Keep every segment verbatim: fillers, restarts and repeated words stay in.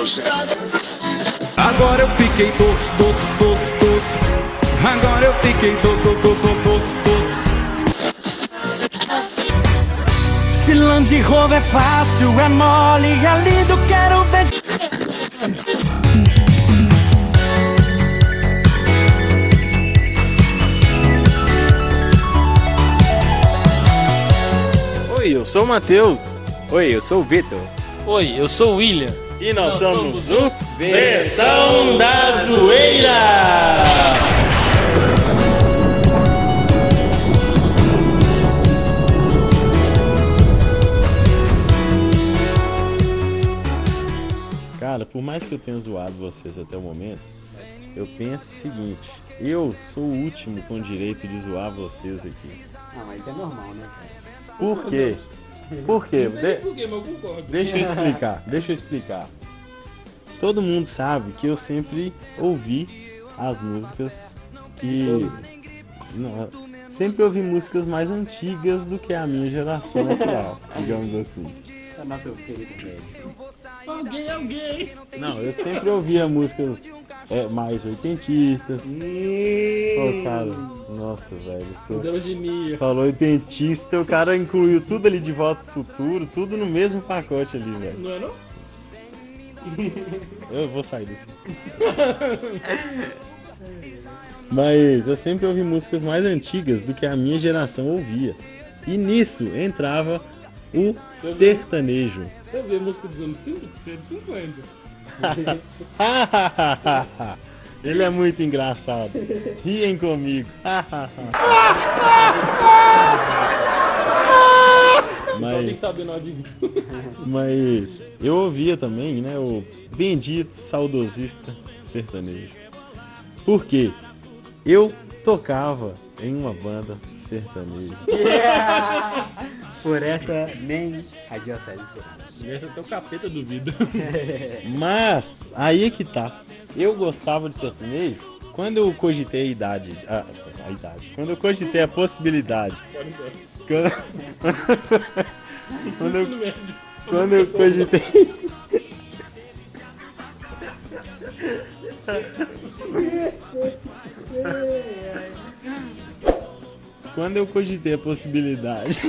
Agora eu fiquei doce, doce, doce, doce. Agora eu fiquei doce, doce, doce, doce. De Land Rover é fácil, é mole, é lindo, quero ver. Oi, eu sou o Matheus. Oi, eu sou o Vitor. Oi, eu sou o William. E nós, nós somos, somos o Versão da Zoeira. Cara, por mais que eu tenha zoado vocês até o momento, eu penso o seguinte: eu sou o último com direito de zoar vocês aqui. Não, mas é normal, né? Por quê? Por quê? De... Por quê, mas eu concordo. Deixa eu explicar, deixa eu explicar. Todo mundo sabe que eu sempre ouvi as músicas que... Não, sempre ouvi músicas mais antigas do que a minha geração atual, digamos assim. A nossa querida velha. Alguém, alguém. Não, eu sempre ouvia músicas é, mais oitentistas. Pô, cara, nossa, velho. Sou... Falou oitentista, o cara incluiu tudo ali de Volta ao Futuro, tudo no mesmo pacote ali, velho. Não é não? Eu vou sair disso. Mas eu sempre ouvi músicas mais antigas do que a minha geração ouvia. E nisso entrava o sertanejo. Você vê música dos anos trinta, cento e cinquenta. Ele é muito engraçado. Riem comigo. Mas, mas eu ouvia também, né, o bendito saudosista sertanejo. Por quê? Eu tocava em uma banda sertaneja. Yeah! Por essa nem a diocese esperava. Essa até o capeta duvida. Mas aí é que tá. Eu gostava de sertanejo quando eu cogitei a idade. A, a idade. Quando eu cogitei a possibilidade. Quando, quando, eu, quando eu cogitei. Quando eu cogitei a possibilidade.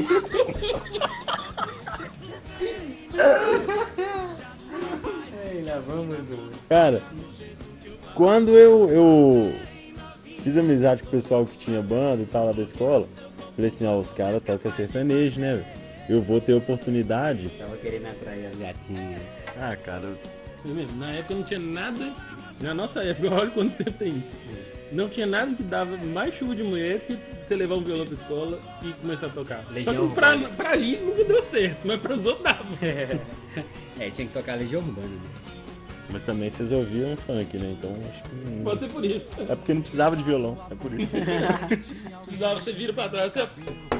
Ei, lá vamos, cara, quando eu, eu fiz amizade com o pessoal que tinha banda e tal lá da escola, falei assim, ó, os caras tocam sertanejo, né? Eu vou ter oportunidade. Tava querendo atrair as gatinhas. Ah, cara. Eu mesmo, na época não tinha nada. Na nossa época, olha quanto tempo tem isso. Não tinha nada que dava mais chuva de mulher que você levar um violão pra escola e começar a tocar. Legião Só que pra, pra gente nunca deu certo, mas pros outros dava. É, tinha que tocar Legião Urbana, né? Mas também vocês ouviam funk, né? Então acho que. Não... Pode ser por isso. É porque não precisava de violão, é por isso. Precisava, você vira pra trás, você.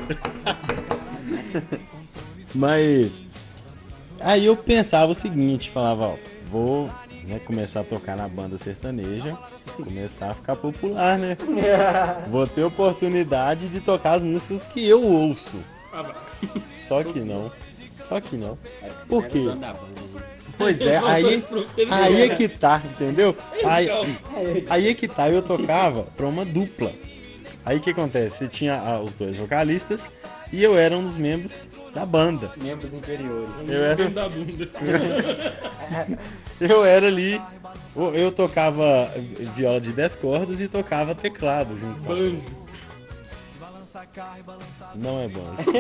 Mas. Aí eu pensava o seguinte, falava, ó, vou. Né, começar a tocar na banda sertaneja, começar a ficar popular, né? Vou ter oportunidade de tocar as músicas que eu ouço. Só que não, só que não. Por quê? Pois é, aí, aí é que tá, entendeu? Aí, aí é que tá, eu tocava pra uma dupla. Aí o que acontece? Você tinha ah, os dois vocalistas e eu era um dos membros da banda. Membros inferiores. Eu era, eu era ali, eu tocava viola de dez cordas e tocava teclado junto com banjo. Não é banjo.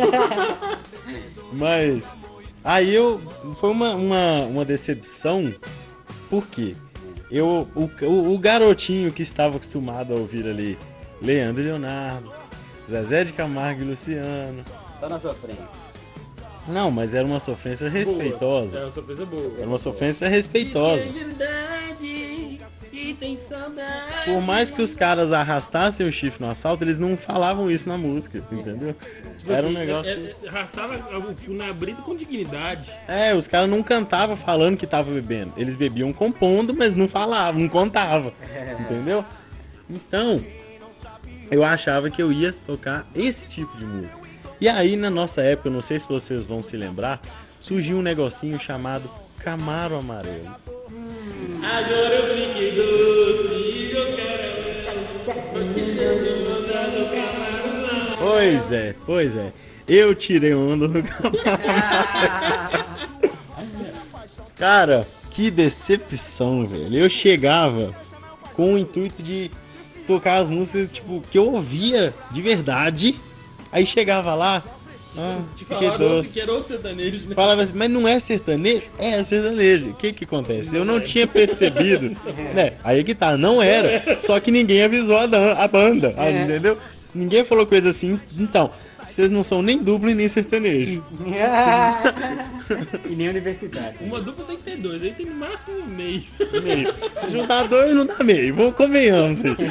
Mas aí eu foi uma, uma, uma decepção. Por quê? Eu, o, o, o garotinho que estava acostumado a ouvir ali Leandro e Leonardo, Zezé de Camargo e Luciano. Só na sofrência. Não, mas era uma sofrência respeitosa. Era uma sofrência boa. Era uma sofrência respeitosa. Diz que é verdade e tem saudade. Por mais que os caras arrastassem o chifre no asfalto, eles não falavam isso na música, entendeu? Tipo era um assim, negócio... é, é, arrastava o cu na brita com dignidade. É, os caras não cantavam falando que tava bebendo. Eles bebiam compondo, mas não falavam, não contavam. Entendeu? Então, eu achava que eu ia tocar esse tipo de música. E aí, na nossa época, eu não sei se vocês vão se lembrar, surgiu um negocinho chamado Camaro Amarelo. Agora eu fiquei doce e eu quero. Tô tirando onda do camarão. Pois é, pois é. Eu tirei onda no camarão. Cara, que decepção, velho. Eu chegava com o intuito de tocar as músicas, tipo, que eu ouvia de verdade. Aí chegava lá, ah, Te fiquei falaram outro, doce. que era outro sertanejo, né? Falava assim, mas não é sertanejo? É, é sertanejo. O que que acontece? Eu não tinha percebido, né? Aí que tá, não era. Só que ninguém avisou a, dan- a banda, ah, entendeu? Ninguém falou coisa assim. Então, vocês não são nem duplo e nem sertanejo. E nem universitário. Uma dupla tem que ter dois, aí tem no máximo um meio. Meio. Se juntar dois, não dá meio. Vamos convenhamos aí.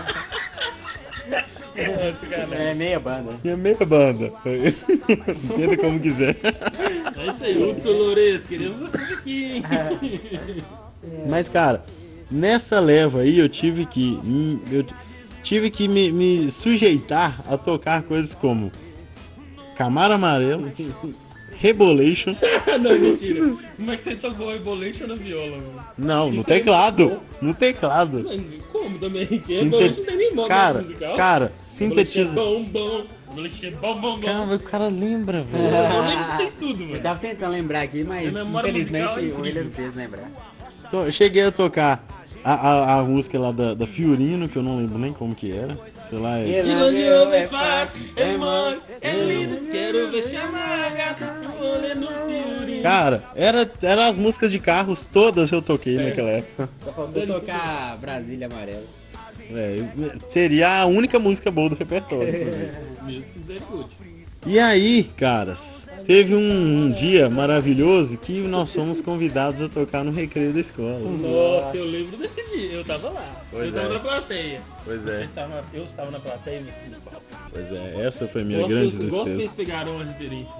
Esse cara. É meia banda. Minha meia banda. Entenda como quiser. É isso aí, Hudson Lourenço, queremos vocês aqui, hein? Mas, cara, nessa leva aí eu tive que. hum, Eu tive que me, me sujeitar a tocar coisas como Camaro Amarelo, Rebolation. Não, mentira. Como é que você tocou Rebolation na viola, mano? Não, no Isso aí teclado. não. No teclado. Mano, como também? Porque Sintet- Rebolation não tem nem modo Cara, musical. cara, Rebolation sintetiza. é bom, bom. Rebolation é bom, bom, bom. Caramba, o cara lembra, velho. Eu lembro disso aí tudo, Eu mano. tava tentando lembrar aqui, mas A memória infelizmente musical é o incrível. William fez lembrar. Então, eu cheguei a tocar a, a, a música lá da, da Fiorino, que eu não lembro nem como que era. Sei lá, é. Que longe eu me faço, é mano, é lindo. Quero ver chamar a gata, olhando no Fiorino. Cara, era, era as músicas de carros, todas eu toquei naquela época. Só faltou tocar Brasília Amarela. É, seria a única música boa do repertório, inclusive. Music's very good. E aí, caras, teve um, um dia maravilhoso que nós fomos convidados a tocar no recreio da escola. Nossa, eu lembro desse dia, eu tava lá. Pois eu tava é. na plateia. Pois Você é. estava, eu estava na plateia e você no palco. Pois é, essa foi a minha Gosto grande que eles- gosto que eles tristeza. pegaram a referência.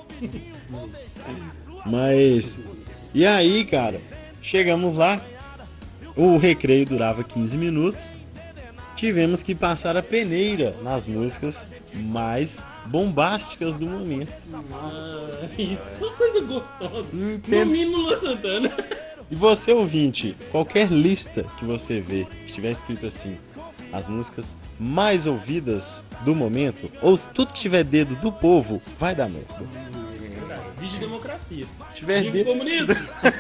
Mas, e aí, cara, chegamos lá, o recreio durava quinze minutos, tivemos que passar a peneira nas músicas mais bombásticas do momento. Ah, isso é coisa gostosa. Entendo. No mínimo Luan Santana. E você, ouvinte, qualquer lista que você vê, que estiver escrito assim, as músicas mais ouvidas do momento, ou se tudo que tiver dedo do povo, vai dar merda. Vídeo democracia. Tiver Viva o dedo... comunismo.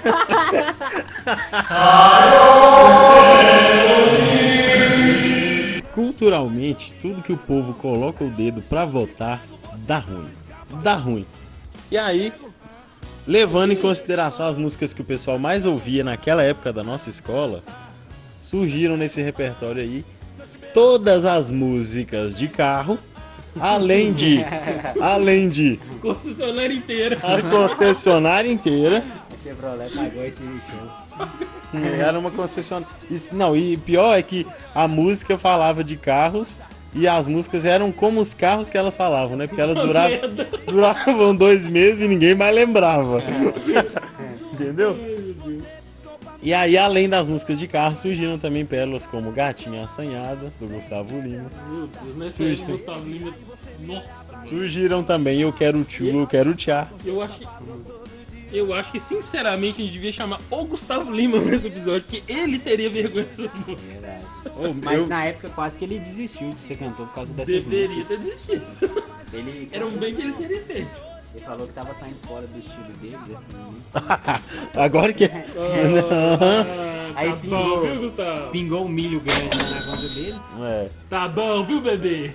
Culturalmente, tudo que o povo coloca o dedo pra votar, dá ruim. Dá ruim. E aí, levando em consideração as músicas que o pessoal mais ouvia naquela época da nossa escola, surgiram nesse repertório aí todas as músicas de carro, além de além de Concessionária inteira. a concessionária inteira. A Chevrolet pagou esse show. Era uma concessionária. Isso, não, e pior é que a música falava de carros e as músicas eram como os carros que elas falavam, né? Porque elas duravam, duravam dois meses e ninguém mais lembrava. Entendeu? E aí, além das músicas de carro, surgiram também pérolas como Gatinha Assanhada, do Gustavo Lima. Meu Deus, nessa época o Gustavo Lima. Nossa, mano. Surgiram também Eu Quero Tchu, Eu Quero Tchá. Eu acho que. Eu acho que, sinceramente, a gente devia chamar o Gustavo Lima nesse episódio, porque ele teria vergonha dessas músicas. Verdade. Ô, Mas eu- na época quase que ele desistiu de ser cantor por causa dessas Deveria ter músicas. desistido. Ele, Era um bem que ele teria feito. ele falou que tava saindo fora do estilo dele, dessas músicas. Agora que. Ah, Aí tá pingou. bom, viu, Gustavo? Pingou um milho grande lá na conta dele. É. Tá bom, viu, bebê?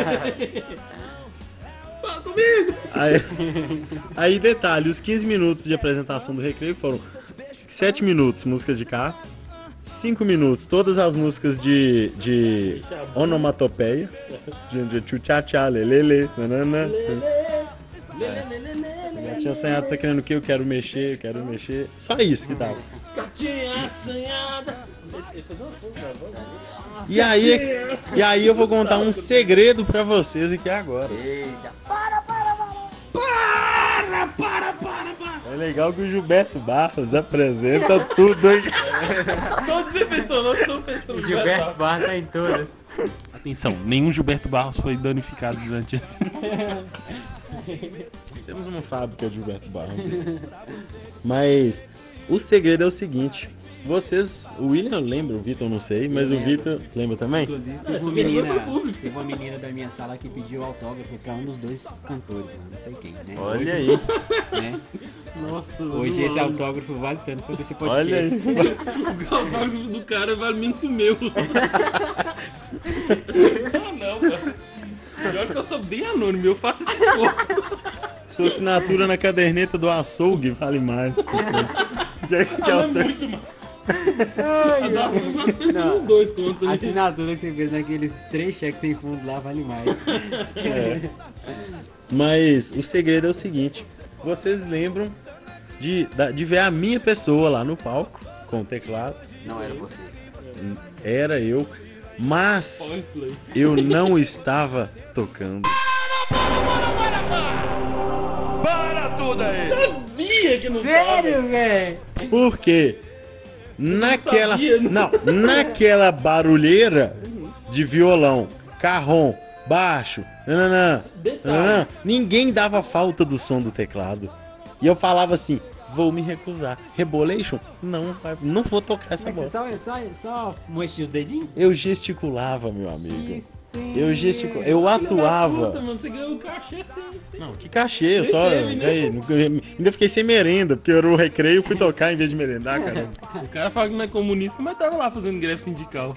Fala comigo! Aí, aí, detalhe, os quinze minutos de apresentação do recreio foram sete minutos, músicas de carro, cinco minutos, todas as músicas de, de onomatopeia, de, de tchu-tchá-tchá, lelele, nanana. Já tinha sonhado, tá querendo o que? Eu quero mexer, eu quero mexer. Só isso que tava. Gatinha assanhada. Ele fez uma coisa na voz ali. E aí, e aí eu vou contar um segredo pra vocês aqui agora. Eita. Para, para, para, para. É legal que o Gilberto Barros apresenta tudo aí. Todos os episódios são feitos pelo Gilberto Barra tá em todas. Atenção, nenhum Gilberto Barros foi danificado durante esse. Nós temos uma fábrica de Gilberto Barros. Mas o segredo é o seguinte: vocês, o William lembra, o Vitor não sei, mas o Vitor lembra também? Inclusive, É, teve essa uma, menina menina, foi pro público. teve uma menina da minha sala que pediu autógrafo pra um dos dois cantores, né? Não sei quem, né? Olha aí, Hoje, né? Nossa, Hoje esse auto... autógrafo vale tanto quanto esse podcast. olha aí. O autógrafo do cara vale menos que o meu. Ah, não, mano. Pior que eu sou bem anônimo, eu faço esse esforço. Sua assinatura na caderneta do açougue vale mais. Que, que, que Ah, autor- muito mais. A da Açougue vale pelo menos dois contos. A assinatura que você fez naqueles três cheques sem fundo lá vale mais. Mas o segredo é o seguinte: vocês lembram de, da- de ver a minha pessoa lá no palco com o teclado? Não era você. Era eu, mas Point play. eu não estava tocando. Para tudo aí! Sabia que não Sério, velho? Por quê? Naquela, sabia, né? não, naquela barulheira de violão, carrom, baixo, nananã, Detalhe. nananã, ninguém dava falta do som do teclado. E eu falava assim: vou me recusar. Rebolation? Não, vai, não vou tocar essa Mas você bosta. só, só, só mexia os dedinhos? Eu gesticulava, meu amigo. Isso. Eu gesticulava, eu Filha da atuava. Puta, mano, você ganhou um cachê sem, sem... Não, que cachê, eu só. teve, né? Aí, não- ainda fiquei sem merenda, porque era o recreio, fui tocar em vez de merendar, cara. O cara fala que não é comunista, mas tava lá fazendo greve sindical.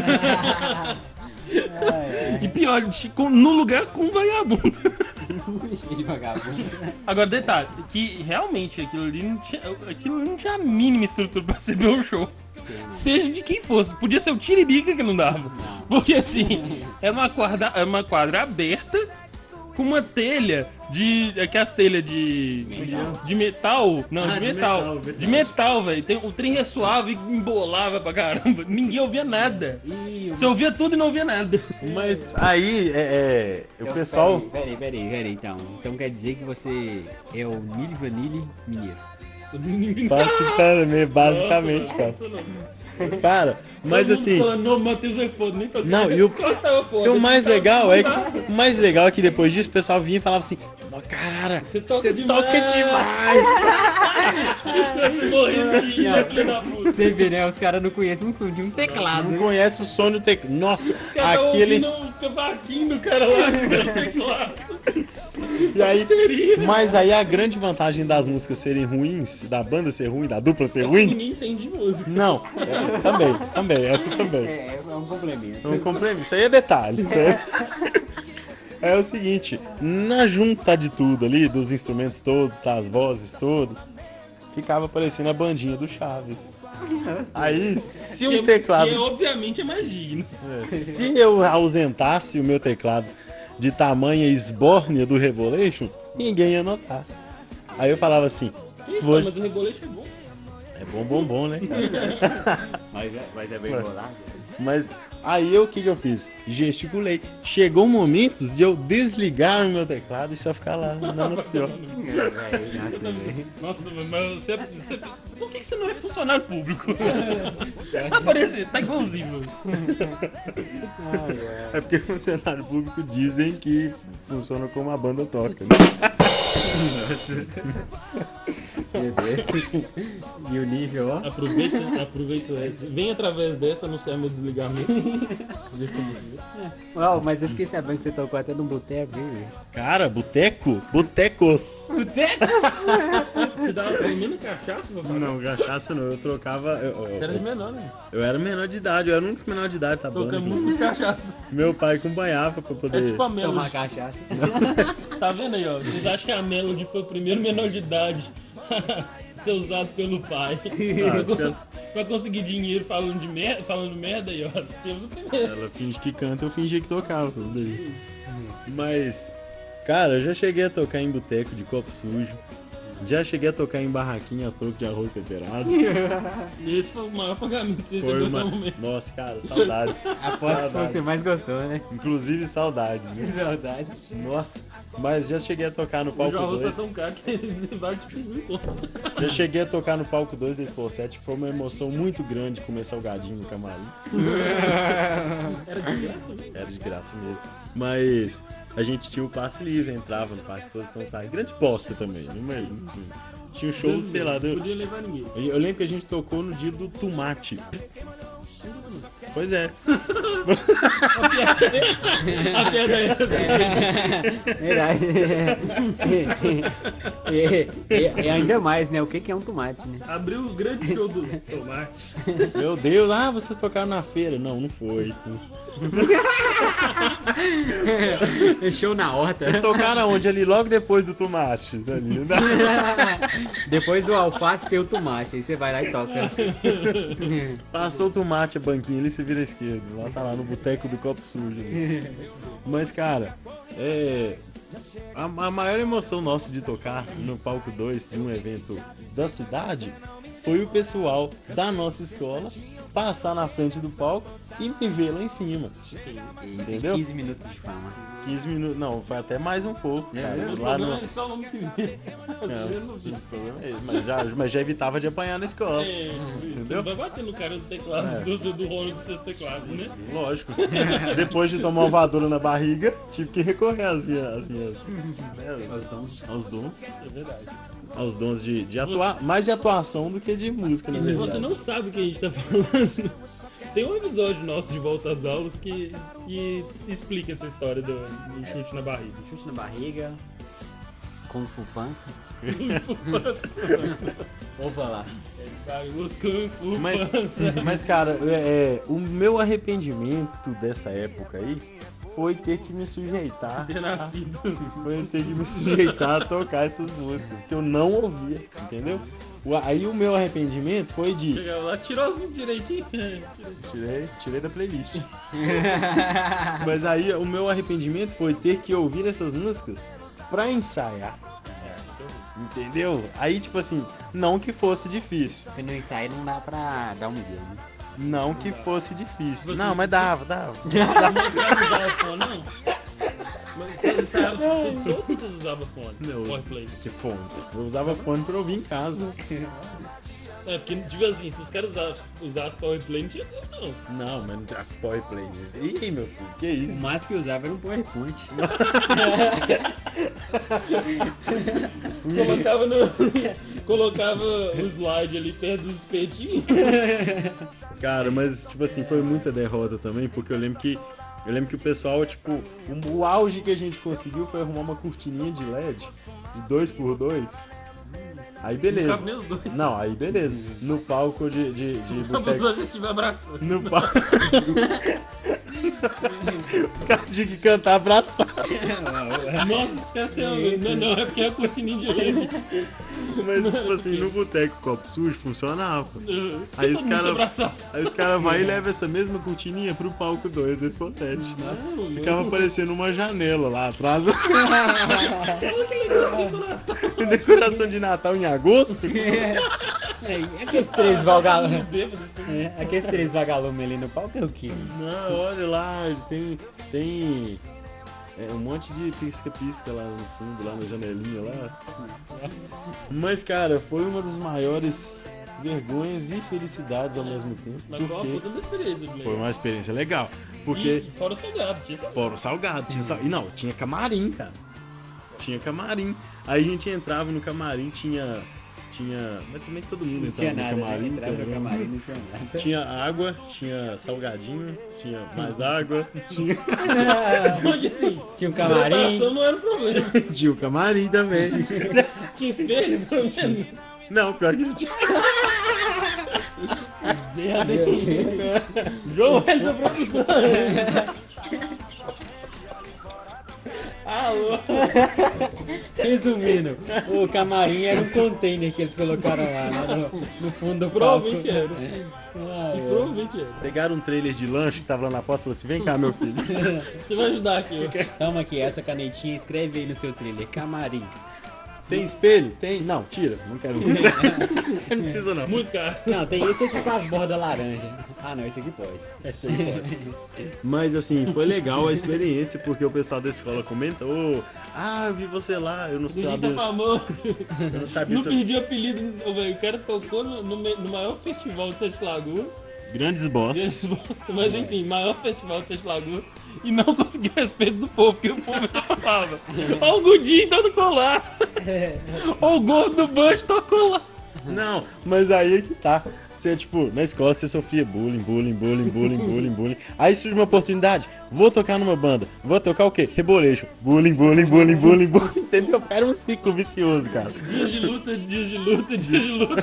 E pior, de- com- no lugar com um vagabundo. Cheio de vagabundo. Agora, detalhe, que realmente aquilo ali não tinha, aquilo ali não tinha a mínima estrutura pra ser um show. Seja de quem fosse, podia ser o Tiririca que não dava. Porque assim, é uma quadra, é uma quadra aberta com uma telha de. Aquelas telhas de. De metal. Não, Ah, de de metal. metal, verdade. De metal, velho. Tem- O trem ressoava e embolava pra caramba. Ninguém ouvia nada. Ih, Você ouvia tudo e não ouvia nada. Mas aí, é, é, o pessoal. Peraí, peraí, peraí, então. Então quer dizer que você é o Nili Vanille mineiro. Basicamente, basicamente, cara. Nossa, não. Cara, mas Todo mundo assim. falando, não, Matheus é foda, nem tocava. Não, e o, Claro que tava foda. e o mais Tava- legal é não dá. que, o mais legal é que depois disso o pessoal vinha e falava assim: "Nó, caralho, Você toca você demais." toca demais." Você morrendo de rir, né, filho da puta. Você vê, né? Os caras não conhecem um som de um teclado. Não conhece o som do teclado. Nossa, Os caras estavam aquele. ouvindo o cavaquinho do cara lá no teclado. E aí, Bateria, né? mas aí a grande vantagem das músicas serem ruins, da banda ser ruim, da dupla ser ruim. Ninguém entende música. Não, é, também, também, essa também. É, é um complemento. Não compreendo, isso aí é detalhe. Isso aí é... é o seguinte, na junta de tudo ali, dos instrumentos todos, das vozes todas, ficava parecendo a bandinha do Chaves. Aí, se Que, um teclado, que obviamente é mais digno. se eu ausentasse o meu teclado de tamanha esbórnia do Revolution, ninguém ia notar. Aí eu falava assim, Isso, vou... mas o rebolete é bom. é bom, bom, bom, né, cara? Mas é, mas é bem bolado. Mas aí eu, o que que eu fiz? Gesticulei. Chegou momentos de eu desligar o meu teclado e só ficar lá andando assim, ó. Nossa, mas você, você... Por que você não é funcionário público? Tá parecendo, tá igualzinho, mano. É porque funcionário público dizem que funciona como a banda toca, né? Meu Deus. E o nível, ó. Aproveita, aproveita essa. Vem através dessa, anunciar meu desligamento. Ver se eu desligo. Uau, mas eu fiquei sabendo que você tocou até num boteco, hein, velho? Cara, boteco? Botecos. Te dá pelo menos cachaça pra pagar? Não, cachaça não. Eu trocava. Eu, eu- Você era de menor, né? eu era menor de idade, eu era o único menor de idade, tá bom? Tocando música de cachaça. Meu pai acompanhava pra É poder. tipo a Tomar Melody. cachaça. Tá vendo aí, ó? Vocês acham que a Melody foi o primeiro menor de idade a ser usado pelo pai pra, se ela- pra conseguir dinheiro falando, de mer falando merda aí, ó? Temos o primeiro. Ela finge que canta, eu fingi que tocava. Daí. Mas, cara, eu já cheguei a tocar em boteco de copo sujo. Já cheguei a tocar em barraquinha a troco de arroz temperado. E esse foi o maior pagamento que você Foi recebeu uma... até o momento. Nossa, cara, saudades. Aposto que foi o que você Saudades. mais gostou, né? Inclusive saudades, viu? Saudades. Nossa, mas já cheguei a tocar no O palco arroz tá tão dois. caro que ele vale tipo um conto. Já cheguei a tocar no palco dois da Expo sete. Foi uma emoção muito grande comer salgadinho no camarim. Era de graça, né? Era de graça mesmo. Mas a gente tinha o passe livre, entrava no parque de exposição, saía. Grande bosta também. Não é- não- Tinha um show, sei lá. Não Do... podia levar ninguém. Eu eu lembro que a gente tocou no dia do tomate. Pois é. A piada é essa. Verdade. E, e- e ainda mais, né? O que que é um tomate, né? Abriu o grande show do tomate. Meu Deus, ah, vocês tocaram na feira. Não, não foi. Show na horta. Vocês tocaram aonde? Ali, logo depois do tomate. Ali. Depois do alface tem o tomate. Aí você vai lá e toca. Passou o tomate, a banquinha ali, você vira à esquerda. Lá tá lá no boteco do copo sujo. Ali. Mas, cara, é. A, a maior emoção nossa de tocar no palco dois de um evento da cidade foi o pessoal da nossa escola passar na frente do palco e me ver lá em cima. Entendeu? quinze minutos de fama. quinze minutos, não, foi até mais um pouco, cara. O Lá problema no, é só o nome que vê. Eu não vi. o problema é esse, mas, já, mas já evitava de apanhar na escola. É, você Entendeu? não vai bater no cara do teclado, do, do Rono dos seus teclados, né? Lógico. Depois de tomar uma voadora na barriga, tive que recorrer às minhas, às minhas né, Os dons. aos dons. É verdade. Aos dons de, de atuar, mais de atuação do que de música, na E se verdade. você não sabe o que a gente tá falando, tem um episódio nosso de Volta às Aulas que, que explica essa história do, do chute na barriga. Chute na barriga. Kung Fu Pança. Vou falar. Os Kung Fu Mas, Pança. mas cara, é, é, o meu arrependimento dessa época aí foi ter que me sujeitar. Ter nascido. Foi ter que me sujeitar a tocar essas músicas que eu não ouvia, entendeu? O- Aí o meu arrependimento foi de. Chegava lá, tirou as músicas direitinho. Tirei, tirei da playlist. Mas aí o meu arrependimento foi ter que ouvir essas músicas pra ensaiar. Entendeu? Aí, tipo assim, não que fosse difícil. Porque no ensaio não dá pra dar um migué, né? Não que fosse difícil. Você- Não, mas dava, dava. Você não usava fone, não? Mas vocês ensaiavam tudo solto ou vocês usavam fone? Não. Powerplay. Que fone. Eu usava fone pra ouvir em casa. É, porque, tipo assim, se os caras usassem, usassem Powerplay, não tinha como, não. Não, mas não tem powerplay. Ih, meu filho, que O isso? mais que usava era um PowerPoint. Colocava no. Colocava o slide ali perto dos espetinhos. Cara, mas tipo assim, foi muita derrota também, porque eu lembro que eu lembro que o pessoal, tipo, o, o auge que a gente conseguiu foi arrumar uma cortininha de L E D de dois por dois. Aí beleza. Cabe nem os dois. Não, aí beleza. No palco de, de, de Os boteco. dois estiver abraçando. No palco. Os caras tinham que cantar abraçado. Nossa, esqueceu. Não, não, é porque é a cortininha de L E D. Mas, tipo assim, no boteco copo sujo funcionava. Aí os Todo mundo se caras abraçava. aí os cara vai e leva essa mesma cortininha pro palco dois desse sete. Ficava parecendo uma janela lá atrás. Olha que legal essa decoração. Decoração de Natal em agosto. É, aqueles três vagalumes. Bêbado. É, aqueles três vagalumes ali no palco é o quê? Não, olha lá, eles têm, tem é, um monte de pisca-pisca lá no fundo, lá na janelinha lá. Mas, cara, foi uma das maiores vergonhas e felicidades ao mesmo tempo. Mas foi uma Porque puta da experiência, foi Guilherme. uma experiência legal. Porque E fora o salgado, tinha salgado. fora o salgado, tinha sal... E não, tinha camarim, cara. Tinha camarim. Aí a gente entrava no camarim, tinha. Tinha. Mas também todo mundo Não entrava tinha no nada, né? camarim. Entrava no entendeu? camarim, não tinha nada. Tinha água, tinha salgadinho, tinha mais água, tinha, Porque assim, Tinha um camarim. hidratação não era um problema. tinha o camarim também. Tinha espelho, pelo menos. Não, pior que não tinha. Merda, hein? João L da produção. Alô? Resumindo, o camarim era um container que eles colocaram lá né, no, no fundo do palco. Provavelmente era. Ah, E provavelmente era. Pegaram um trailer de lanche que tava lá na porta e falaram assim: vem cá, meu filho. Você vai ajudar aqui, ó. Toma aqui essa canetinha, escreve aí no seu trailer, camarim. Tem espelho? Tem? Não, tira, não quero. Não precisa não. Muito caro. Não, tem esse aqui com as bordas laranja. Ah não, esse aqui pode. Esse aí pode. Mas assim, foi legal a experiência, porque o pessoal da escola comentou: ah, eu vi você lá, eu não O Didi sabia. tá famoso. Eu não sabia Não se eu- perdi o apelido. Ô, velho, o cara tocou no, no me- no maior festival de Sete Lagoas. Grandes bosta. Grandes bosta. Mas enfim, maior festival de Sete Lagoas e não conseguiu respeito do povo, porque o povo falava: ó o Gudinho dando colar. Ó o gordo do Bush tocou lá. Não, mas aí é que tá. Você, tipo, na escola você sofria bullying, bullying, bullying, bullying, bullying, bullying. Aí surge uma oportunidade. Vou tocar numa banda. Vou tocar o quê? Rebolation. Bullying, bullying, bullying, bullying, bullying. Entendeu? Era um ciclo vicioso, cara. Dias de luta, dias de luta, dias de luta.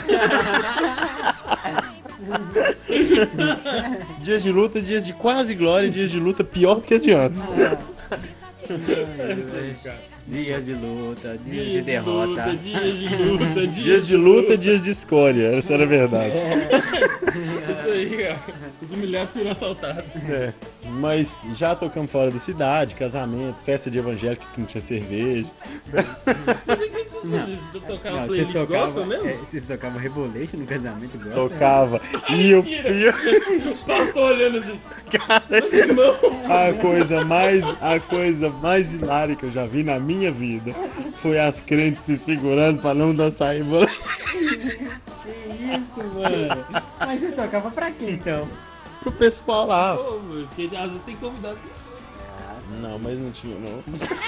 Dias de luta, dias de quase glória, dias de luta pior do que as de antes. É isso aí, cara. Dias de luta, dias, Dias de de derrota. luta, dias de luta, dias, Dias de luta, dias de escória. Essa era a verdade. É isso aí, cara. Os humilhados serão assaltados. É, mas já tocamos fora da cidade, casamento, festa de evangélico que não tinha cerveja. Mas o que vocês faziam? Tocavam Não, playlist vocês gospel tocavam, mesmo? é, vocês tocavam Rebolation no casamento gospel? Tocava. E o mentira. pior, O pastor olhando assim. Mas, irmão, a coisa mais, a coisa mais hilária que eu já vi na minha vida foi as crentes se segurando pra não dançar Rebolation. Que isso, mano? Mas vocês tocavam pra quê, então? Pro pessoal lá. pô, mano, porque às vezes tem convidado. Não, mas não tinha, não.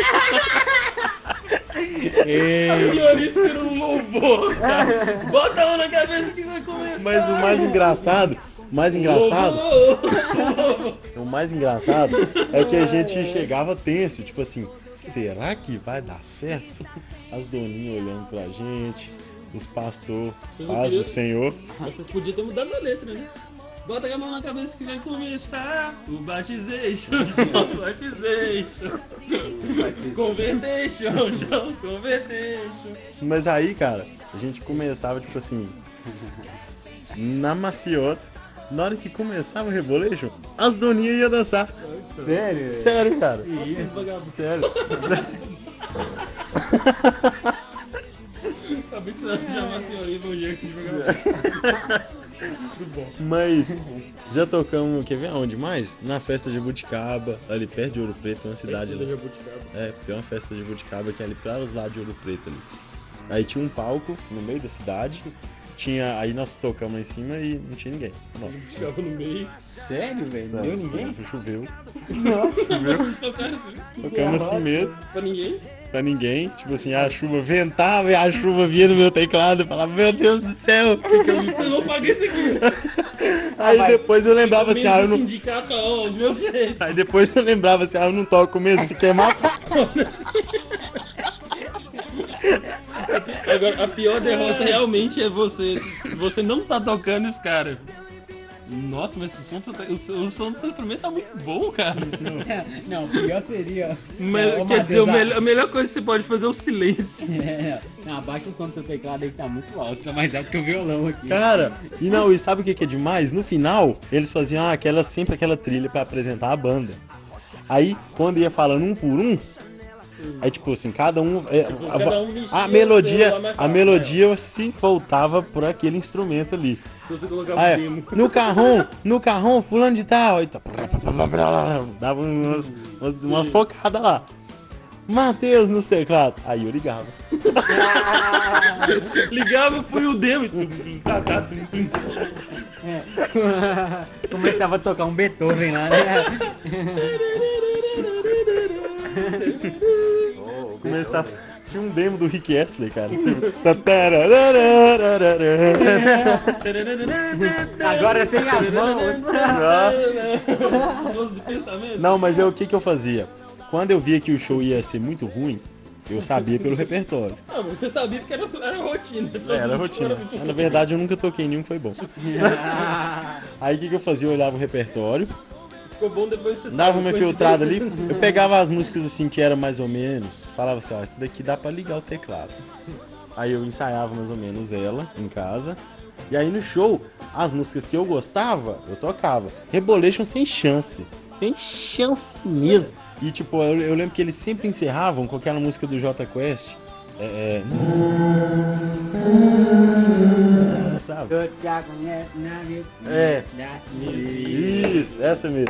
A senhora espera um louvor, cara. Bota a mão na cabeça que vai começar. Mas o mais engraçado, o mais engraçado, Louvor. o mais engraçado é que a gente chegava tenso, tipo assim, será que vai dar certo? As doninhas olhando pra gente, os pastor, paz do Senhor. Vocês podiam ter mudado a letra, né? Bota a mão na cabeça que vai começar o batization, João, batization. Convertation, João, convertation. Mas aí, cara, a gente começava, tipo assim, na maciota. Na hora que começava o Rebolation, as doninhas iam dançar. Sério? Sério, cara. Esse vagabundo. Sério. Acabei de chamar a senhorinha evangélica de vagabundo. Muito bom. Mas já tocamos, quer ver aonde mais? Na festa de Jabuticaba, ali perto de Ouro Preto, uma cidade lá. É, tem uma festa de Jabuticaba que é ali para os lados de Ouro Preto ali. Aí tinha um palco no meio da cidade, tinha, aí nós tocamos lá em cima e não tinha ninguém, só nós. Ficava no meio. Sério, velho? Não deu ninguém? Choveu, Tocaram assim. tocamos assim mesmo, Pra ninguém. pra ninguém, tipo assim, a chuva ventava e a chuva vinha no meu teclado, eu falava, meu Deus do céu, o que que eu Vocês vão pagar isso aqui. Aí depois eu lembrava assim, ah, eu não... Sindicato, ó, os meus direitos. Aí depois eu lembrava assim, ah, eu não toco mesmo, se queimar, Agora, a pior derrota realmente é você. Você não tá tocando e os caras. Nossa, mas o som, do seu, te- o seu- o som do seu instrumento tá muito bom, cara. Não, o pior seria... Mas, Ô, quer dizer, o Matheus, melhor- a melhor coisa que você pode fazer é o silêncio. É, não, abaixa o som do seu teclado aí que tá muito alto, tá mais alto que o violão aqui. cara, e não, e sabe o que que é demais? No final, eles faziam ah, aquela, sempre aquela trilha pra apresentar a banda. Aí, quando ia falando um por um, aí tipo assim, cada um... é, a, cada um mexia a o melodia, seu lá na a cara, melodia se voltava por aquele instrumento ali. Se você colocar Ah, um é, demo. no carrão, no carrão, fulano de tal, aí tá, dava umas, umas- uma focada lá. Matheus nos teclados, aí eu ligava. Ligava, põe o demo e. tum, tum, tá, tá, tum, tum. Começava a tocar um Beethoven lá, né? Começava, tinha um demo do Rick Astley, cara. Assim, Agora sem as mãos. Voz do pensamento. não, mas é o que que eu fazia? Quando eu via que o show ia ser muito ruim, eu sabia pelo repertório. Não, você sabia porque era, era rotina. Todo Era mundo rotina. era muito Na verdade, eu nunca toquei nenhum que foi bom. Aí o que que eu fazia? Eu olhava o repertório, Ficou bom depois você dava sabe, uma coincidência. filtrada ali, eu pegava as músicas assim que era mais ou menos, falava assim, ó, essa daqui dá pra ligar o teclado. Aí eu ensaiava mais ou menos ela em casa. E aí no show, as músicas que eu gostava, eu tocava. Rebolation sem chance. Sem chance mesmo. E tipo, eu, eu lembro que eles sempre encerravam com aquela música do Jota Quest. É. é... Sabe? Eu já conheço na vida. É. Da- Isso, essa mesmo.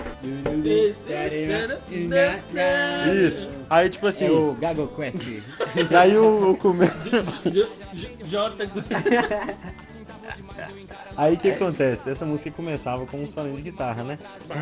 Isso. Aí tipo assim, É o Gago Quest. daí o, o come... J- J- J. Aí o que acontece? Essa música começava com um solinho de guitarra, né?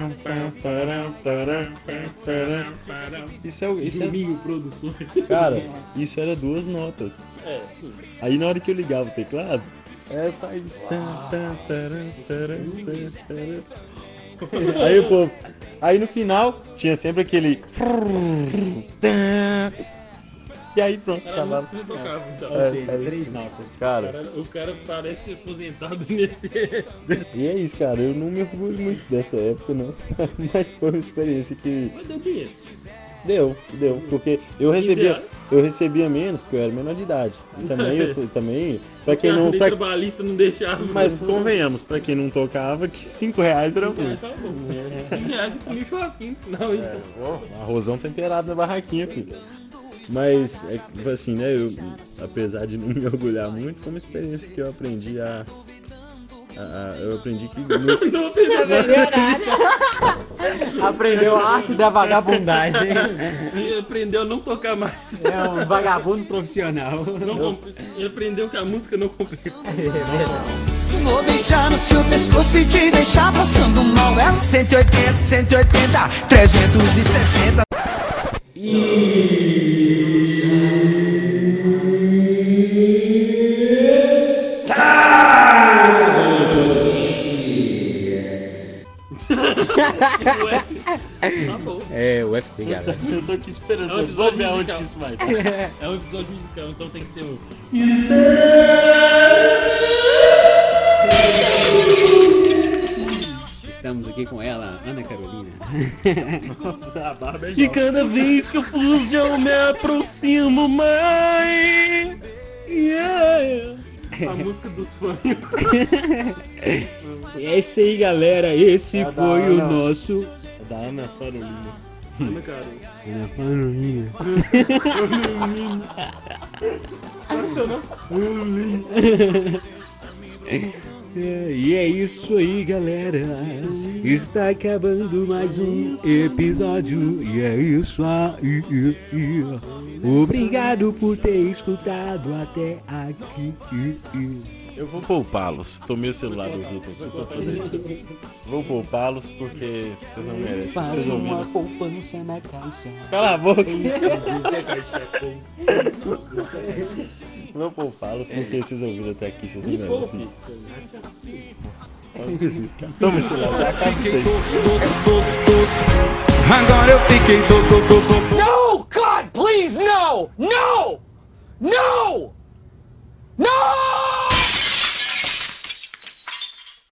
Isso é, o- isso é, Domingo Produções. cara, isso era duas notas. É, sim. Aí na hora que eu ligava o teclado, é faz. tan, tan, taran, taran, tan, taran. Aí o povo. Aí no final tinha sempre aquele. tan. E aí pronto, Era a acabava. música que você tocava, então. Ou seja, é três isso. notas. Cara, Cara, o cara parece aposentado nesse. e é isso, cara. Eu não me orgulho muito dessa época, não. Mas foi uma experiência que Mas deu dinheiro. deu, deu. Porque eu recebia, reais? eu recebia menos porque eu era menor de idade. E também, eu tô- também pra quem a não. lei Pra, trabalhista não deixava. mas convenhamos, pra quem não tocava, que cinco reais era Cinco reais muito. tava bom. cinco reais e comia um churrasquinho no final, então. Arrozão temperado na barraquinha, filho. Mas, é, que, assim, né, eu, apesar de não me orgulhar muito, foi uma experiência que eu aprendi a... a- a- eu aprendi que música... Não percebeu. Aprendeu a arte da vagabundagem. Ele aprendeu a não tocar mais. É um vagabundo profissional. Não comp- Ele aprendeu que a música não compensa. Vou beijar no seu pescoço e te deixar passando mal. É cento e oitenta, cento e oitenta, trezentos e sessenta. Ué, tá bom. É, U F C, galera. Eu tô aqui esperando, É um vamos ver episódio aonde musical. que isso vai dar. É um episódio musical, então tem que ser um. Estamos aqui com ela, Ana Carolina. Nossa, a barba é E igual. cada vez que eu fujo eu me aproximo mais. Yeah. A música dos fãs. É isso aí, galera. Esse É da foi o Ana. nosso. É da Ana Farolina. Ana Carlos. Ana Carolina. É, e é isso aí, galera. Está acabando mais um episódio. E é isso aí. Obrigado por ter escutado até aqui. Eu vou poupá-los. Tomei o celular do Vitor aqui, tô fazendo. Vou poupá-los porque vocês não merecem. Faz Vocês uma ouviram? poupança na caixa. Cala a boca! Vou poupá-los porque vocês ouviram até aqui, vocês não merecem isso. Eu desisto, cara. Toma esse celular, acaba isso Fiquei aí. doce, doce, doce, doce. Agora eu fiquei do, do, do, do, do. No, God, please, no! No! No! No!